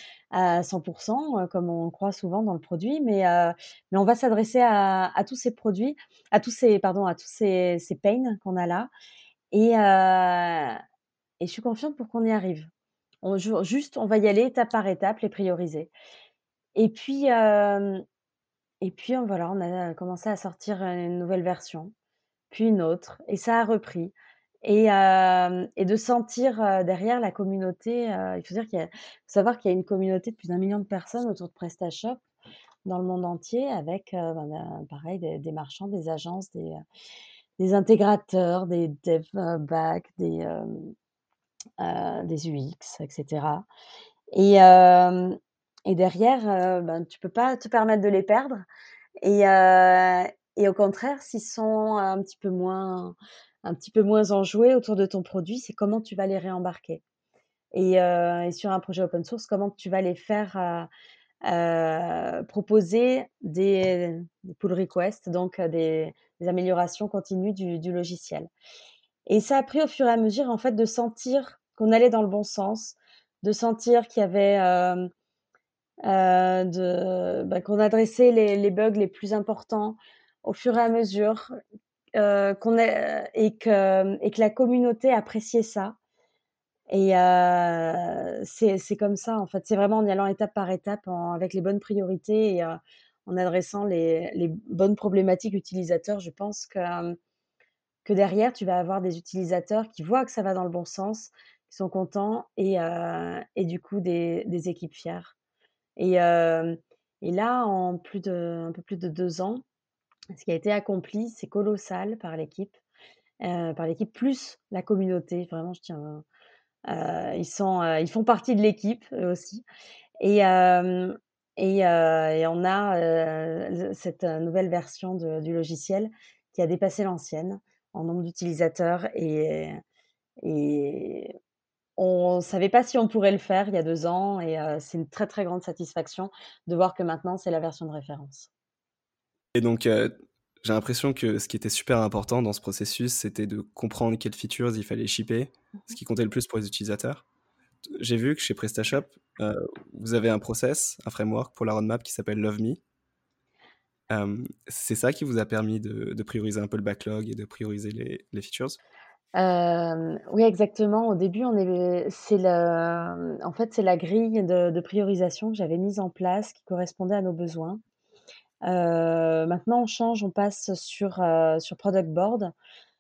à cent pour cent, heu, comme on le croit souvent dans le produit, mais heu, mais on va s'adresser à à tous ces produits, à tous ces pardon, à tous ces ces pains qu'on a là et heu et je suis confiante pour qu'on y arrive. On jour juste, on va y aller étape par étape, les prioriser» et puis, hem et puis, heu, voilà, on a commencé à sortir, heu, une nouvelle version, puis une autre et ça a repris et hem et de sentir, heu, derrière la communauté, heu, il faut dire qu'il y a faut savoir qu'il y a une communauté de plus d'un million de personnes autour de PrestaShop dans le monde entier avec, heu, ben, ben, pareil des des marchands, des agences, des, heu, des intégrateurs, des dev, heu, back, des, hem, heu, des U X et cetera et hem et derrière, heu, ben, tu peux pas te permettre de les perdre et heu et au contraire, s'ils sont un petit peu moins un petit peu moins enjoués autour de ton produit, c'est comment tu vas les réembarquer et heu et sur un projet open source, comment tu vas les faire, heu heu, proposer des des pull requests, donc heu, des des améliorations continues du du logiciel et ça a pris au fur et à mesure, en fait, de sentir qu'on allait dans le bon sens, de sentir qu'il y avait, hem, heu, de bah, qu'on adressait les les bugs les plus importants au fur et à mesure, heu, qu'on est et que et que la communauté appréciait ça et heu, c'est c'est comme ça, en fait. C'est vraiment en y allant étape par étape, en avec les bonnes priorités et heu, en adressant les les bonnes problématiques utilisateurs. Je pense que, hem, que derrière, tu vas avoir des utilisateurs qui voient que ça va dans le bon sens, qui sont contents et heu et du coup des des équipes fières et hem et là, en plus de un peu plus de deux ans, ce qui a été accompli, c'est colossal par l'équipe, heu, par l'équipe plus la communauté. Vraiment, je tiens heu, ils sont, heu, ils font partie de l'équipe, eux aussi et hem et heu et on a, heu, cette, heu, nouvelle version de du logiciel qui a dépassé l'ancienne en nombre d'utilisateurs et et on savait pas si on pourrait le faire il y a deux ans et heu, c'est une très, très grande satisfaction de voir que maintenant c'est la version de référence.
Et donc, heu, j'ai l'impression que ce qui était super important dans ce processus, c'était de comprendre quelles features il fallait shipper, ce qui comptait le plus pour les utilisateurs. J'ai vu que chez PrestaShop, heu, vous avez un process, un framework pour la roadmap qui s'appelle Love Me. Hem, c'est ça qui vous a permis de de prioriser un peu le backlog et de prioriser les les features?
Hem, oui, exactement. Au début, on est c'est le en fait, c'est la grille de de priorisation que j'avais mise en place qui correspondait à nos besoins. Heu, maintenant, on change, on passe sur, heu, sur Product Board,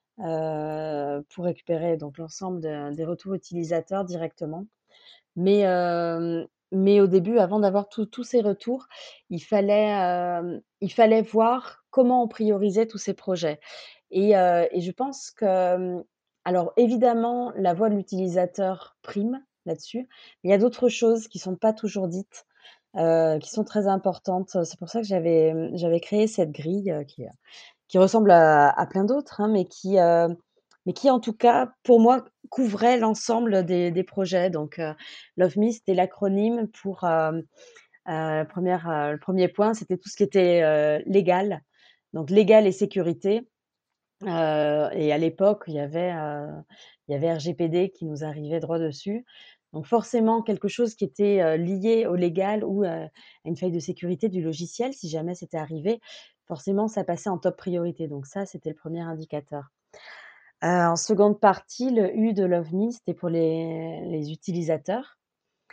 heu, pour récupérer donc l'ensemble de des retours utilisateurs directement. Mais, hem, mais au début, avant d'avoir tous tous ces retours, il fallait, hem, il fallait voir comment on priorisait tous ces projets et heu et je pense que, hem, alors évidemment, la voix de l'utilisateur prime là-dessus, mais il y a d'autres choses qui sont pas toujours dites, heu, qui sont très importantes. C'est pour ça que j'avais, mmh, j'avais créé cette grille, heu, qui, qui ressemble à à plein d'autres, hein, mais qui, heu, mais qui en tout cas, pour moi, couvrait l'ensemble des des projets. Donc, heu, Love Me, c'était l'acronyme pour, hem, heu, première, heu, le premier point, c'était tout ce qui était, heu, légal. Donc légal et sécurité, heu et à l'époque, il y avait, heu, il y avait R G P D qui nous arrivait droit dessus. Donc forcément, quelque chose qui était, heu, lié au légal ou, heu, à une faille de sécurité du logiciel, si jamais c'était arrivé, forcément, ça passait en top priorité. Donc ça, c'était le premier indicateur. Heu, en seconde partie, le U de Love Me, c'était pour les les utilisateurs.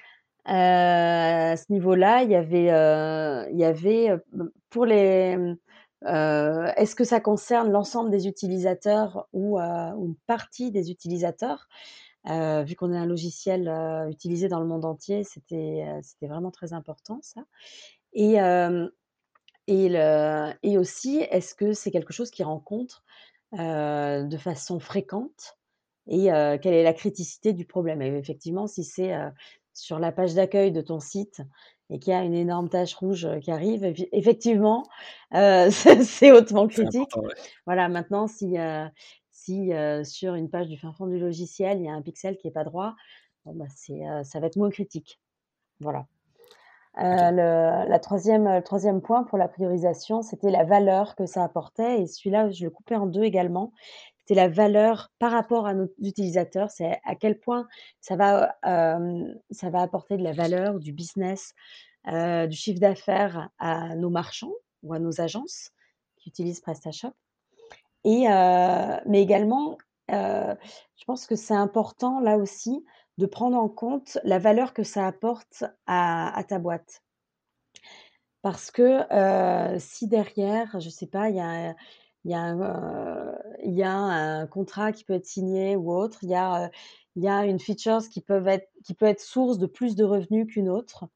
à ce niveau-là, il y avait, heu, il y avait, heu, pour les, mmh, est-ce que ça concerne l'ensemble des utilisateurs ou, heu, ou une partie des utilisateurs? Heu, vu qu'on est un logiciel, heu, utilisé dans le monde entier, c'était, heu, c'était vraiment très important ça et hem et le et aussi, est-ce que c'est quelque chose qu'ils rencontrent, heu, de façon fréquente et heu, quelle est la criticité du problème? Et effectivement, si c'est, heu, sur la page d'accueil de ton site et qu'il y a une énorme tache rouge, heu, qui arrive, effi effectivement, heu, c'est c'est hautement
C'est
critique.
important, ouais.
Voilà, maintenant si, heu, si, heu, sur une page du fin fond du logiciel, il y a un pixel qui est pas droit, bon bah, c'est, heu, ça va être moins critique. Voilà. Heu,
OK.
le la troisième, heu, le troisième point pour la priorisation, c'était la valeur que ça apportait et celui-là, je le coupais en deux également. C'était la valeur par rapport à nos utilisateurs, c'est à quel point ça va, hem, ça va apporter de la valeur, du business, heu, du chiffre d'affaires à nos marchands ou à nos agences qui utilisent PrestaShop et heu, mais également, heu, je pense que c'est important là aussi de prendre en compte la valeur que ça apporte à à ta boîte. Parce que, heu, si derrière, je sais pas, il y a il y a un, heu, il y a un contrat qui peut être signé ou autre, il y a, heu, il y a une features qui peuvent être qui peut être source de plus de revenus qu'une autre,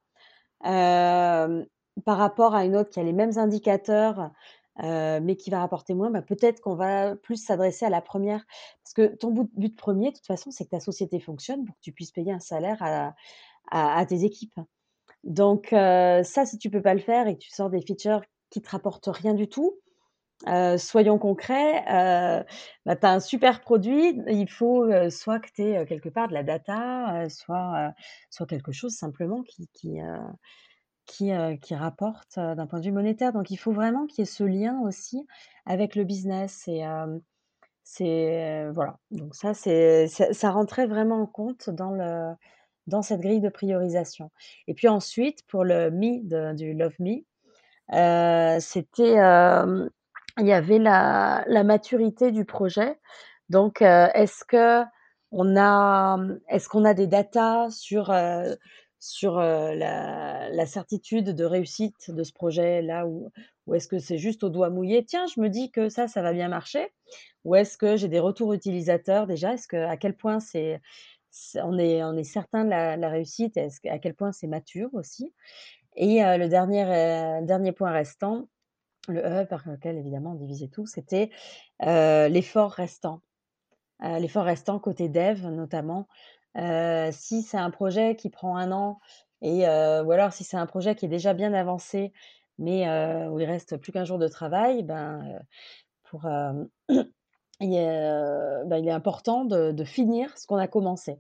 hem, par rapport à une autre qui a les mêmes indicateurs, heu, mais qui va rapporter moins, bah, peut-être qu'on va plus s'adresser à la première. Parce que ton bout but premier, de toute façon, c'est que ta société fonctionne pour que tu puisses payer un salaire à à à tes équipes. Donc heu, ça, si tu peux pas le faire et que tu sors des features qui te rapportent rien du tout, heu, soyons concrets, heu, bah, tu as un super produit, il faut, heu, soit que tu aies, heu, quelque part de la data, heu, soit, heu, soit quelque chose simplement qui qui, heu, qui, heu, qui rapporte, heu, d'un point de vue monétaire. Donc il faut vraiment qu'il y ait ce lien aussi avec le business et hem, c'est euh, voilà, donc ça, c'est ça ça rentrait vraiment en compte dans le dans cette grille de priorisation et puis ensuite pour le me de du Love Me, heu, c'était, hem, il y avait la la maturité du projet. Donc, heu, est-ce qu'on a, mmh, est-ce qu'on a des datas sur, heu, sur, heu, la la certitude de réussite de ce projet-là ou ou est-ce que c'est juste au doigt mouillé: «Tiens, je me dis que ça, ça va bien marcher». Ou est-ce que j'ai des retours utilisateurs déjà? Est-ce que à quel point c'est c'est on est on est certain de la la réussite? Est-ce que à quel point c'est mature aussi? Et heu, le dernier, heu, dernier point restant, le E par lequel évidemment on divisait tout, c'était, heu, l'effort restant. Heu, l'effort restant côté dev notamment. Heu, si c'est un projet qui prend un an et heu, ou alors si c'est un projet qui est déjà bien avancé, mais heu, où il reste plus qu'un jour de travail, ben, heu, pour, hem, il est, heu, bah, il est important de de finir ce qu'on a commencé.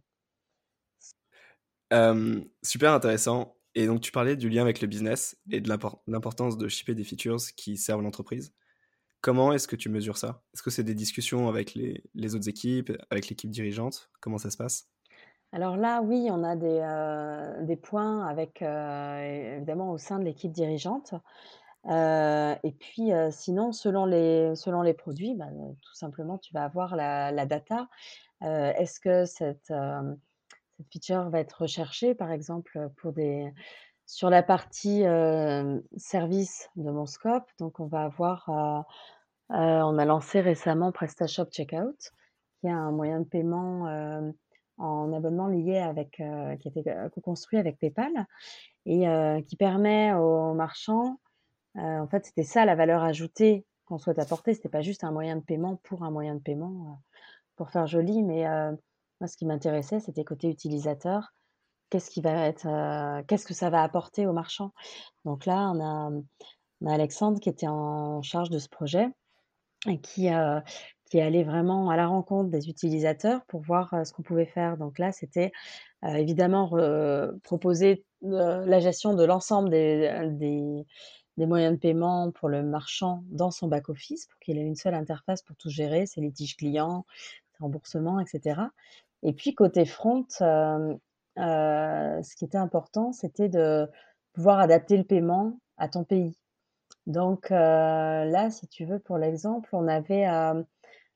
Hem, super intéressant et donc tu parlais du lien avec le business et de l'impor l'importance de shipper des features qui servent l'entreprise. Comment est-ce que tu mesures ça? Est-ce que c'est des discussions avec les les autres équipes, avec l'équipe dirigeante? Comment ça se passe?
Alors là, oui, on a des, heu, des points avec, heu, évidemment au sein de l'équipe dirigeante. Heu et puis, heu, sinon selon les selon les produits, bah, heu, tout simplement tu vas avoir la la data. Heu, est-ce que cette, hem, cette feature va être recherchée par exemple, pour des sur la partie, hem, service de mon scope, donc on va avoir, heu heu, on a lancé récemment PrestaShop Checkout, qui est un moyen de paiement, hem, en abonnement lié avec, heu, qui a été, heu, co-construit avec PayPal et heu, qui permet aux marchands. Heu, en fait, c'était ça la valeur ajoutée qu'on souhaite apporter. C'était pas juste un moyen de paiement pour un moyen de paiement, heu, pour faire joli, mais heu, moi ce qui m'intéressait, c'était côté utilisateur. Qu'est-ce qui va être, heu, qu'est-ce que ça va apporter aux marchands? Donc là, on a, mmh, on a Alexandre qui était en charge de ce projet et qui, heu, qui est allé vraiment à la rencontre des utilisateurs pour voir, heu, ce qu'on pouvait faire. Donc là, c'était, heu, évidemment re proposer, heu, la gestion de l'ensemble des, des des moyens de paiement pour le marchand dans son back office pour qu'il ait une seule interface pour tout gérer, ses litiges clients, ses remboursements et cetera. Et puis côté front, hem, heu, ce qui était important, c'était de pouvoir adapter le paiement à ton pays. Donc heu, là, si tu veux, pour l'exemple, on avait, hem,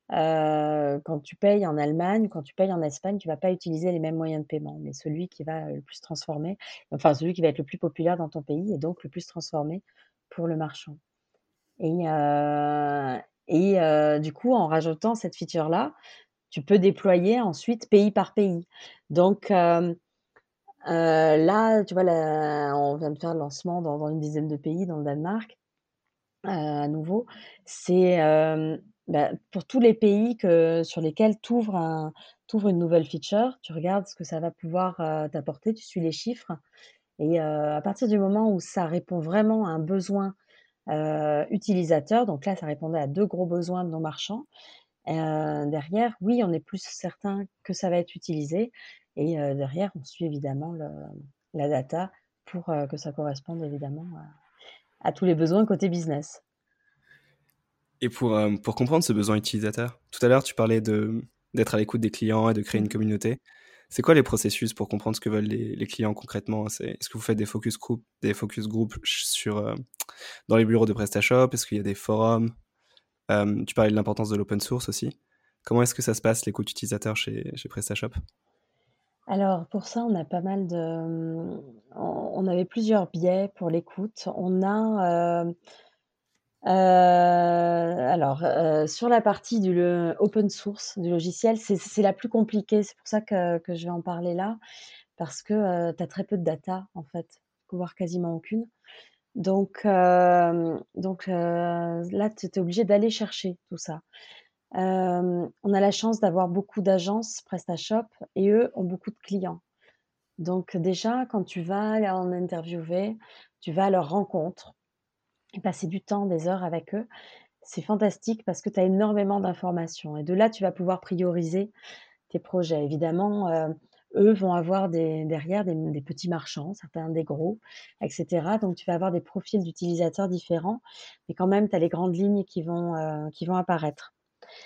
Heu, quand tu payes en Allemagne, quand tu payes en Espagne, tu vas pas utiliser les mêmes moyens de paiement, mais celui qui va, heu, le plus transformer, enfin celui qui va être le plus populaire dans ton pays et donc le plus transformé pour le marchand et heu et heu, du coup, en rajoutant cette feature-là, tu peux déployer ensuite pays par pays. Donc hem, heu, là, tu vois, là, on vient de faire le lancement dans dans une dizaine de pays dans le Danemark. Heu, à nouveau, c'est, hem, bah, pour tous les pays que sur lesquels tu ouvres un tu ouvres une nouvelle feature, tu regardes ce que ça va pouvoir, heu, t'apporter, tu suis les chiffres et heu, à partir du moment où ça répond vraiment à un besoin, heu, utilisateur, donc là, ça répondait à deux gros besoins de nos marchands, heu, derrière, oui, on est plus certain que ça va être utilisé et heu, derrière, on suit évidemment le la data pour, heu, que ça corresponde évidemment à à tous les besoins côté business.
Et pour, euh, pour comprendre ce besoin utilisateur, tout à l'heure, tu parlais de, d'être à l'écoute des clients et de créer une
Mmh.
communauté. C'est quoi les processus pour comprendre ce que veulent les, les clients concrètement? C'est, est-ce que vous faites des focus group, des focus group ch- sur, euh, dans les bureaux de PrestaShop? Est-ce qu'il y a des forums? Euh, tu parlais de l'importance de l'open source aussi. Comment est-ce que ça se passe, l'écoute utilisateur chez, chez PrestaShop?
Alors pour ça, on a pas mal de, mmh, on on avait plusieurs biais pour l'écoute. On a, heu heu, alors, heu, sur la partie du le open source du logiciel, c'est c'est la plus compliquée. C'est pour ça que que je vais en parler là, parce que, heu, tu as très peu de data en fait, voire quasiment aucune. Donc hem, donc heu, là, tu es obligé d'aller chercher tout ça. Hem, on a la chance d'avoir beaucoup d'agences PrestaShop et eux ont beaucoup de clients. Donc déjà, quand tu vas en interviewer, tu vas à leur rencontre et passer du temps, des heures avec eux. C'est fantastique parce que tu as énormément d'informations et de là, tu vas pouvoir prioriser tes projets. Évidemment, heu, eux vont avoir des derrière des des petits marchands, certains des gros et cetera. Donc tu vas avoir des profils d'utilisateurs différents, mais quand même, tu as les grandes lignes qui vont, heu, qui vont apparaître.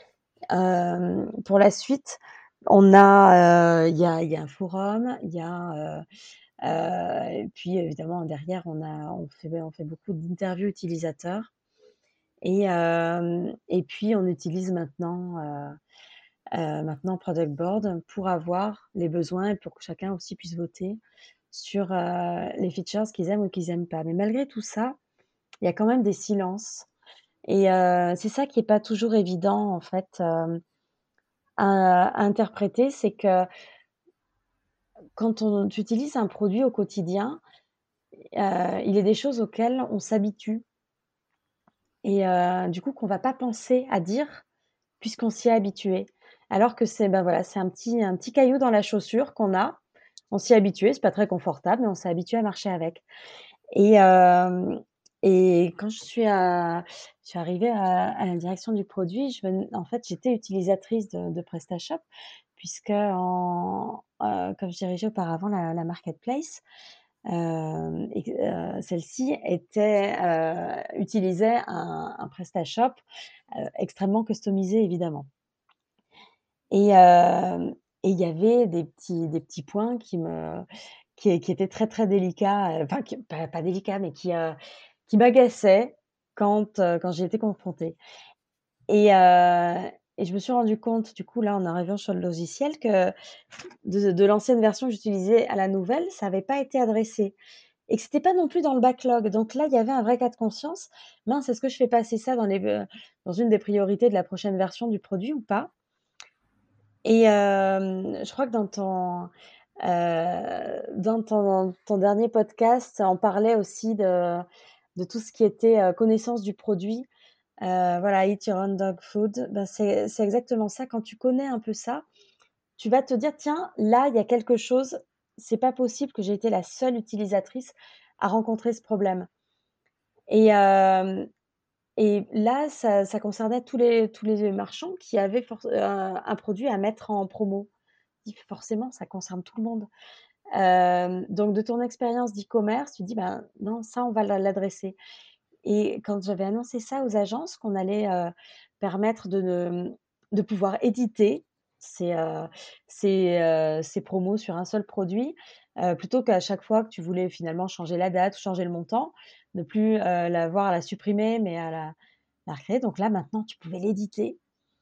Hem, pour la suite, on a, heu, il y a il y a un forum, il y a, heu Heu et puis évidemment derrière on a on fait on fait beaucoup d'interviews utilisateurs et hem et puis on utilise maintenant, heu heu, maintenant Product Board pour avoir les besoins et pour que chacun aussi puisse voter sur, heu, les features qu'ils aiment ou qu'ils aiment pas. Mais malgré tout ça, il y a quand même des silences et heu, c'est ça qui est pas toujours évident en fait, hem, à à interpréter. C'est que quand on tu utilises un produit au quotidien, heu, il y a des choses auxquelles on s'habitue. Et heu, du coup, qu'on va pas penser à dire, puisqu'on s'y est habitué. Alors que c'est, bah, voilà, c'est un petit un petit caillou dans la chaussure qu'on a. On s'y est habitué, c'est pas très confortable, mais on s'est habitué à marcher avec. Et hem et quand je suis à je suis arrivée à à la direction du produit, je ven en fait, j'étais utilisatrice de de PrestaShop puisqu'en, heu, comme je dirigeais auparavant la la marketplace, hem et que, heu, celle-ci était, heu, utilisait un un PrestaShop, heu, extrêmement customisé évidemment. Et hem et il y avait des petits des petits points qui me qui qui étaient très, très délicats, heu, enfin qui pas pas délicats, mais qui, heu, qui m'agaçaient quand, heu, quand j'y étais confrontée. Et heu et je me suis rendu compte, du coup, là, en arrivant sur le logiciel, que de de l'ancienne version que j'utilisais à la nouvelle, ça avait pas été adressé et que c'était pas non plus dans le backlog. Donc là, il y avait un vrai cas de conscience. Mince, est-ce que je fais passer ça dans les, heu, dans une des priorités de la prochaine version du produit ou pas? Et hem, je crois que dans ton, heu, dans ton ton dernier podcast, on parlait aussi de de tout ce qui était, heu, connaissance du produit. Heu, voilà, eat your own dog food. Ben, c'est c'est exactement ça. Quand tu connais un peu ça, tu vas te dire: «Tiens, là, il y a quelque chose, c'est pas possible que j'ai été la seule utilisatrice à rencontrer ce problème». Et hem et là, ça ça concernait tous les tous les marchands qui avaient forc heu, un produit à mettre en promo. Dis forcément, ça concerne tout le monde. Hem, donc de ton expérience d'e-commerce, tu dis: «Ben, non, ça, on va l'a l'adresser». Et quand j'avais annoncé ça aux agences, qu'on allait, heu, permettre de ne de pouvoir éditer ces, heu, ces, heu, ces promos sur un seul produit, heu, plutôt qu'à chaque fois que tu voulais finalement changer la date ou changer le montant, ne plus, heu, l'avoir à la supprimer, mais à la la recréer. Donc là, maintenant, tu pouvais l'éditer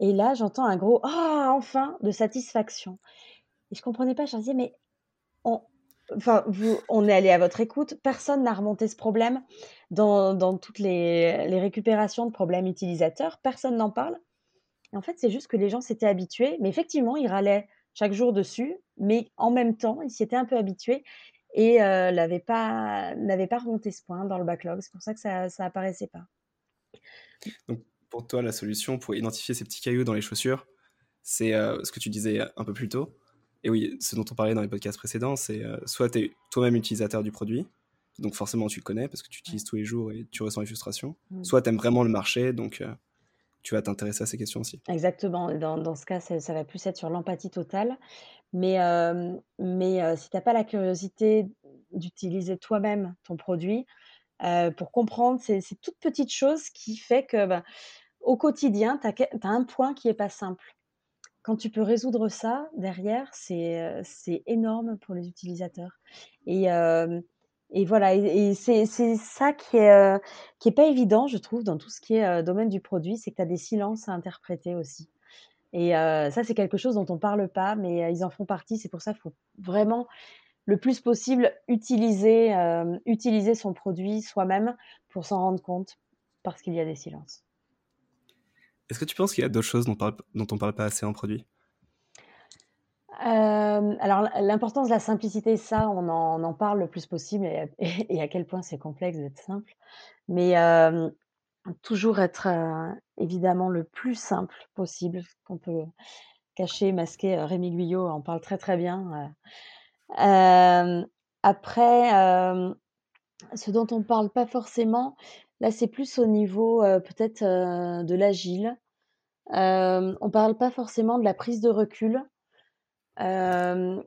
Et là, j'entends un gros: «Ah enfin!» de satisfaction et je comprenais pas, je leur disais: «Mais on enfin, vous on est allé à votre écoute, personne n'a remonté ce problème dans dans toutes les les récupérations de problèmes utilisateurs, personne n'en parle». Et en fait, c'est juste que les gens s'étaient habitués, mais effectivement, ils râlaient chaque jour dessus, mais en même temps, ils s'y étaient un peu habitués et heu, l'avaient pas n'avaient pas remonté ce point dans le backlog. C'est pour ça que ça ça apparaissait pas.
Donc, pour toi, la solution pour identifier ces petits cailloux dans les chaussures, c'est euh, ce que tu disais un peu plus tôt. Et oui, ce dont on parlait dans les podcasts précédents, c'est euh, soit tu es toi-même utilisateur du produit, donc forcément tu le connais parce que tu
Ouais.
utilises tous les jours et tu ressens les frustrations,
Mmh.
soit tu aimes vraiment le marché, donc euh, tu vas t'intéresser à ces questions aussi.
Exactement. Dans dans ce cas, ça ça va plus être sur l'empathie totale. Mais hem, mais heu, si tu as pas la curiosité d'utiliser toi-même ton produit, heu, pour comprendre ces ces toutes petites choses qui fait que, bah, au quotidien, tu as que tu as un point qui est pas simple. Quand tu peux résoudre ça, derrière, c'est, heu, c'est énorme pour les utilisateurs et hem et voilà et et c'est c'est ça qui est, heu, qui est pas évident, je trouve, dans tout ce qui est, heu, domaine du produit, c'est que tu as des silences à interpréter aussi et heu, ça, c'est quelque chose dont on parle pas, mais heu, ils en font partie. C'est pour ça qu'il faut vraiment, le plus possible, utiliser, hem, utiliser son produit soi-même pour s'en rendre compte, parce qu'il y a des silences.
Est-ce que tu penses qu'il y a d'autres choses dont, parle- dont on parle pas assez en produit?
Hem, alors l'im l'importance de la simplicité, ça, on en on en parle le plus possible et et et à quel point c'est complexe d'être simple. Mais hem, toujours être, heu, évidemment le plus simple possible, qu'on peut cacher, masquer, heu, Rémi Guyot en parle très, très bien, heu. Hem, après, hem, ce dont on parle pas forcément, là, c'est plus au niveau, heu, peut-être, heu, de l'agile. Hem, on parle pas forcément de la prise de recul, hem,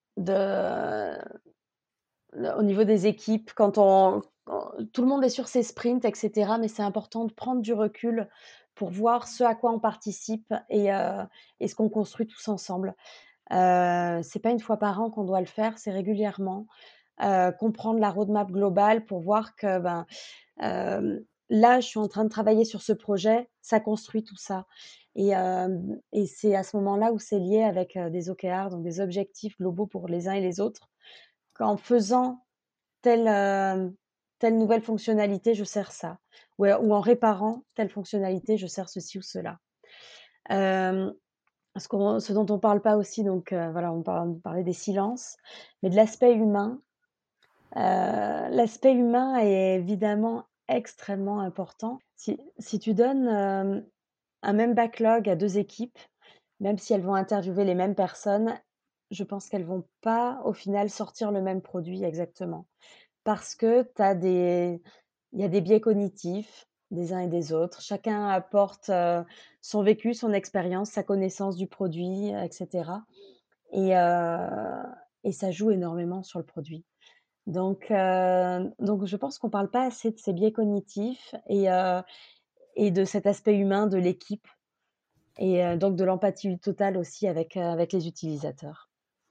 de Le au niveau des équipes, quand on quand tout le monde est sur ses sprints et cetera, mais c'est important de prendre du recul pour voir ce à quoi on participe et heu et ce qu'on construit tous ensemble. Heu, c'est pas une fois par an qu'on doit le faire, c'est régulièrement. Heu, comprendre la roadmap globale pour voir que, ben, hem, là, je suis en train de travailler sur ce projet, ça construit tout ça et hem et c'est à ce moment-là où c'est lié avec, heu, des O K R, donc des objectifs globaux pour les uns et les autres, qu'en faisant telle, heu, telle nouvelle fonctionnalité, je sers ça. Ouais, ou en réparant telle fonctionnalité, je sers ceci ou cela. Hem, ce qu'on ce dont on parle pas aussi, donc heu, voilà, on parle on parlait des silences, mais de l'aspect humain. Heu, l'aspect humain est évidemment extrêmement important. Si si tu donnes, hem, un même backlog à deux équipes, même si elles vont interviewer les mêmes personnes, je pense qu'elles vont pas, au final, sortir le même produit exactement. Parce que tu as des il y a des biais cognitifs des uns et des autres. Chacun apporte, heu, son vécu, son expérience, sa connaissance du produit, heu, et cetera et heu et ça joue énormément sur le produit. Donc heu, donc je pense qu'on parle pas assez de ces biais cognitifs et heu et de cet aspect humain de l'équipe et heu, donc de l'empathie totale aussi avec, heu, avec les utilisateurs.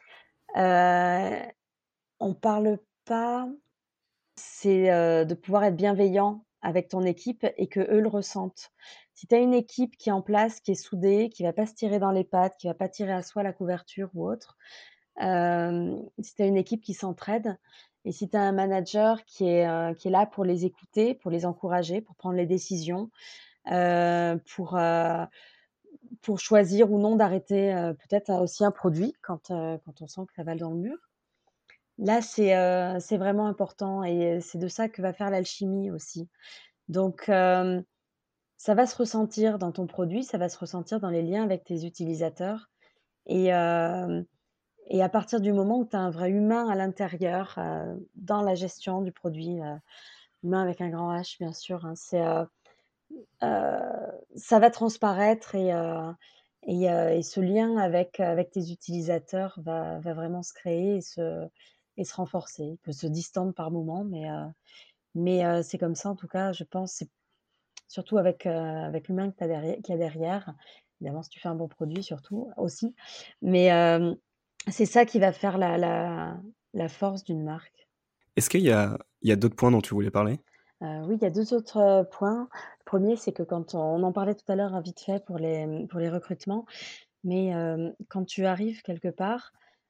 Heu, on parle pas C'est, heu, de pouvoir être bienveillant avec ton équipe et qu'eux le ressentent. Si tu as une équipe qui est en place, qui est soudée, qui va pas se tirer dans les pattes, qui va pas tirer à soi la couverture ou autre, hem, si tu as une équipe qui s'entraide et si tu as un manager qui est, heu, qui est là pour les écouter, pour les encourager, pour prendre les décisions, heu, pour, heu, pour choisir ou non d'arrêter, heu, peut-être, heu, aussi un produit quand, heu, quand on sent que ça va dans le mur. Là, c'est, heu, c'est vraiment important et c'est de ça que va faire l'alchimie aussi. Donc, hem, ça va se ressentir dans ton produit, ça va se ressentir dans les liens avec tes utilisateurs et hem et à partir du moment où tu as un vrai humain à l'intérieur, heu, dans la gestion du produit, heu, humain avec un grand H bien sûr, hein, c'est, heu heu, ça va transparaître et heu et heu et ce lien avec, avec tes utilisateurs va va vraiment se créer et se et se renforcer. Il peut se distendre par moments, mais heu mais heu, c'est comme ça en tout cas, je pense, c'est surtout avec, heu, avec l'humain que tu as derriè qu'il y a derrière. Évidemment, si tu fais un bon produit surtout, aussi, mais hem, c'est ça qui va faire la la la force d'une marque.
Est-ce qu'il y a, il y a d'autres points dont tu voulais parler?
Heu, oui, il y a deux autres, heu, points. premier, c'est que quand on on en parlait tout à l'heure, hein, vite fait pour les, mmh, pour les recrutements, mais hem, quand tu arrives quelque part,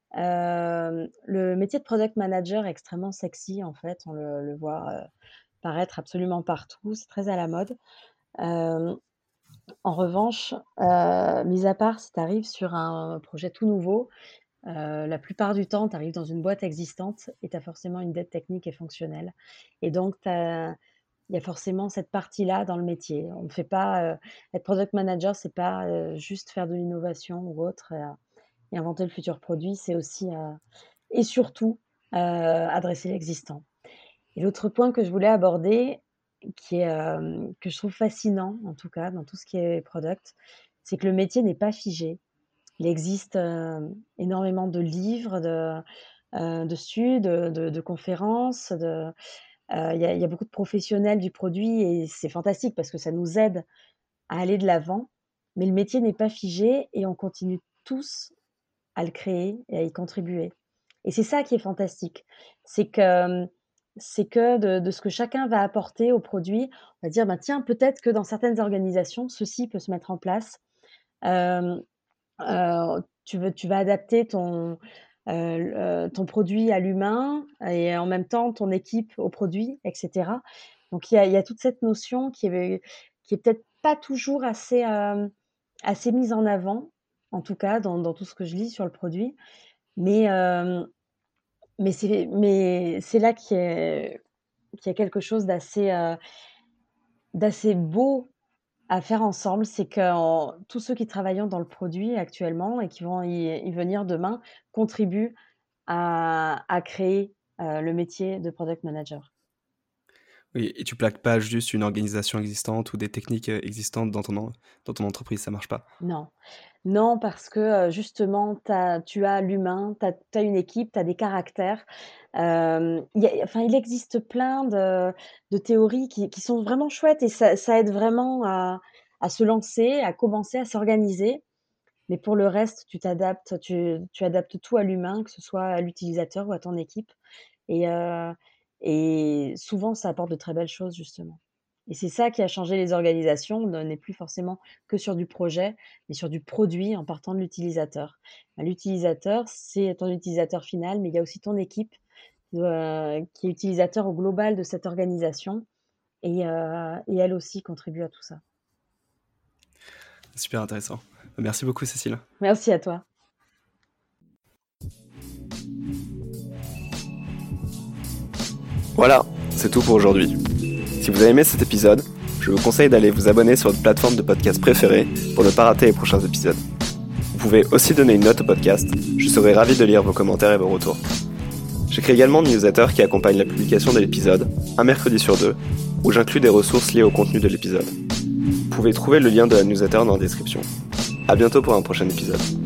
hem, le métier de product manager est extrêmement sexy, en fait. On le le voit, heu, paraître absolument partout, c'est très à la mode. Hem, en revanche, heu, mis à part si tu arrives sur un projet tout nouveau, heu, la plupart du temps, tu arrives dans une boîte existante et tu as forcément une dette technique et fonctionnelle et donc tu as il y a forcément cette partie-là dans le métier. On ne fait pas, heu, être product manager, c'est pas, heu, juste faire de l'innovation ou autre, heu, et inventer le futur produit, c'est aussi, heu et surtout, heu, adresser l'existant. Et l'autre point que je voulais aborder, qui est, hem, que je trouve fascinant, en tout cas, dans tout ce qui est product, c'est que le métier n'est pas figé. Il existe, hem, énormément de livres, de, heu, dessus, de de de conférences, de heu, il y a il y a beaucoup de professionnels du produit et c'est fantastique parce que ça nous aide à aller de l'avant. Mais le métier n'est pas figé et on continue tous à le créer et à y contribuer. Et c'est ça qui est fantastique. C'est que, hem, c'est que de de ce que chacun va apporter au produit, on va dire: «Bah, tiens, peut-être que dans certaines organisations, ceci peut se mettre en place». Hem, heu, tu veux tu vas adapter ton, heu, l heu, ton produit à l'humain et en même temps ton équipe au produit et cetera. Donc il y a il y a toute cette notion qui est qui est peut-être pas toujours assez, hem, assez mise en avant, en tout cas dans dans tout ce que je lis sur le produit. Mais hem, mais c'est mais c'est là qu'il y a qu'il y a quelque chose d'assez, heu, d'assez beau à faire ensemble. C'est qu'en tous ceux qui travaillent dans le produit actuellement et qui vont y y venir demain contribuent à à créer, heu, le métier de product manager.
Oui, et tu plaques pas juste une organisation existante ou des techniques, heu, existantes dans ton en dans ton entreprise, ça marche pas.
Non. Non, parce que, heu, justement, tu as tu as l'humain, tu as tu as une équipe, tu as des caractères. Hem, il y a enfin, il existe plein de de théories qui qui sont vraiment chouettes et ça ça aide vraiment à à se lancer, à commencer à s'organiser. Mais pour le reste, tu t'adaptes, tu tu adaptes tout à l'humain, que ce soit à l'utilisateur ou à ton équipe et heu et souvent ça apporte de très belles choses justement. Et c'est ça qui a changé les organisations. On n'est plus forcément que sur du projet, mais sur du produit en partant de l'utilisateur. Bah, l'utilisateur, c'est ton utilisateur final, mais il y a aussi ton équipe, heu, qui est utilisateur au global de cette organisation et heu et elle aussi contribue à tout ça.
Super intéressant. Merci beaucoup Cécile.
Merci à toi.
Voilà, c'est tout pour aujourd'hui. Si vous avez aimé cet épisode, je vous conseille d'aller vous abonner sur votre plateforme de podcast préférée pour ne pas rater les prochains épisodes. Vous pouvez aussi donner une note au podcast, je serai ravi de lire vos commentaires et vos retours. J'écris également une newsletter qui accompagne la publication de l'épisode, un mercredi sur deux, où j'inclus des ressources liées au contenu de l'épisode. Vous pouvez trouver le lien de la newsletter dans la description. À bientôt pour un prochain épisode.